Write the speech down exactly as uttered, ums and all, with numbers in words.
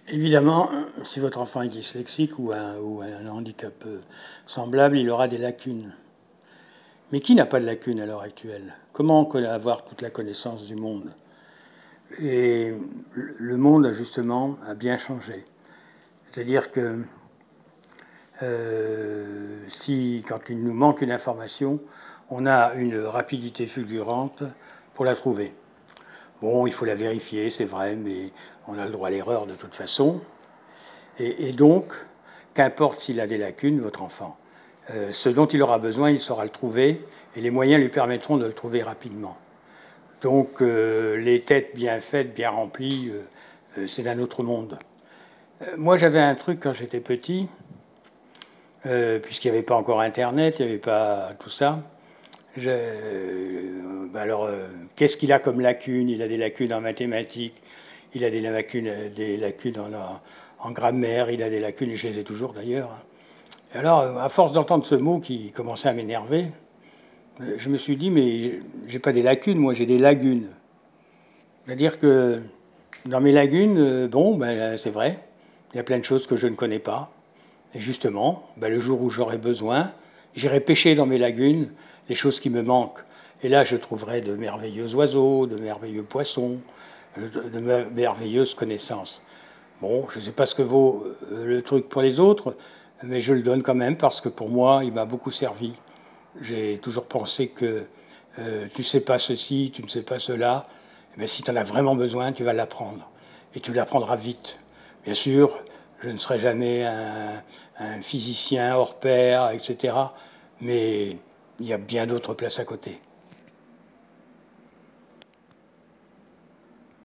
Évidemment, si votre enfant est dyslexique ou un, ou un handicap euh, semblable, il aura des lacunes. Mais qui n'a pas de lacunes à l'heure actuelle? Comment avoir toute la connaissance du monde? Et le monde, justement, a bien changé. C'est-à-dire que euh, si, quand il nous manque une information, on a une rapidité fulgurante pour la trouver. Bon, il faut la vérifier, c'est vrai, mais on a le droit à l'erreur de toute façon. Et, et donc, qu'importe s'il a des lacunes, votre enfant, euh, ce dont il aura besoin, il saura le trouver, et les moyens lui permettront de le trouver rapidement. Donc, euh, les têtes bien faites, bien remplies, euh, euh, c'est d'un autre monde. Euh, moi, j'avais un truc quand j'étais petit, euh, puisqu'il n'y avait pas encore Internet, il n'y avait pas tout ça. Je, euh, alors, euh, qu'est-ce qu'il a comme lacunes? Il a des lacunes en mathématiques, il a des lacunes, des lacunes en, en grammaire, il a des lacunes, je les ai toujours d'ailleurs. Et alors, à force d'entendre ce mot qui commençait à m'énerver, je me suis dit, mais j'ai pas des lacunes, moi j'ai des lagunes. C'est-à-dire que dans mes lagunes, bon, ben, c'est vrai, il y a plein de choses que je ne connais pas. Et justement, ben, le jour où j'aurai besoin, j'irai pêcher dans mes lagunes les choses qui me manquent. Et là, je trouverai de merveilleux oiseaux, de merveilleux poissons, de merveilleuses connaissances. Bon, je ne sais pas ce que vaut le truc pour les autres, mais je le donne quand même parce que pour moi, il m'a beaucoup servi. J'ai toujours pensé que euh, tu ne sais pas ceci, tu ne sais pas cela, mais si tu en as vraiment besoin, tu vas l'apprendre. Et tu l'apprendras vite. Bien sûr, je ne serai jamais un, un physicien hors pair, et cetera. Mais il y a bien d'autres places à côté.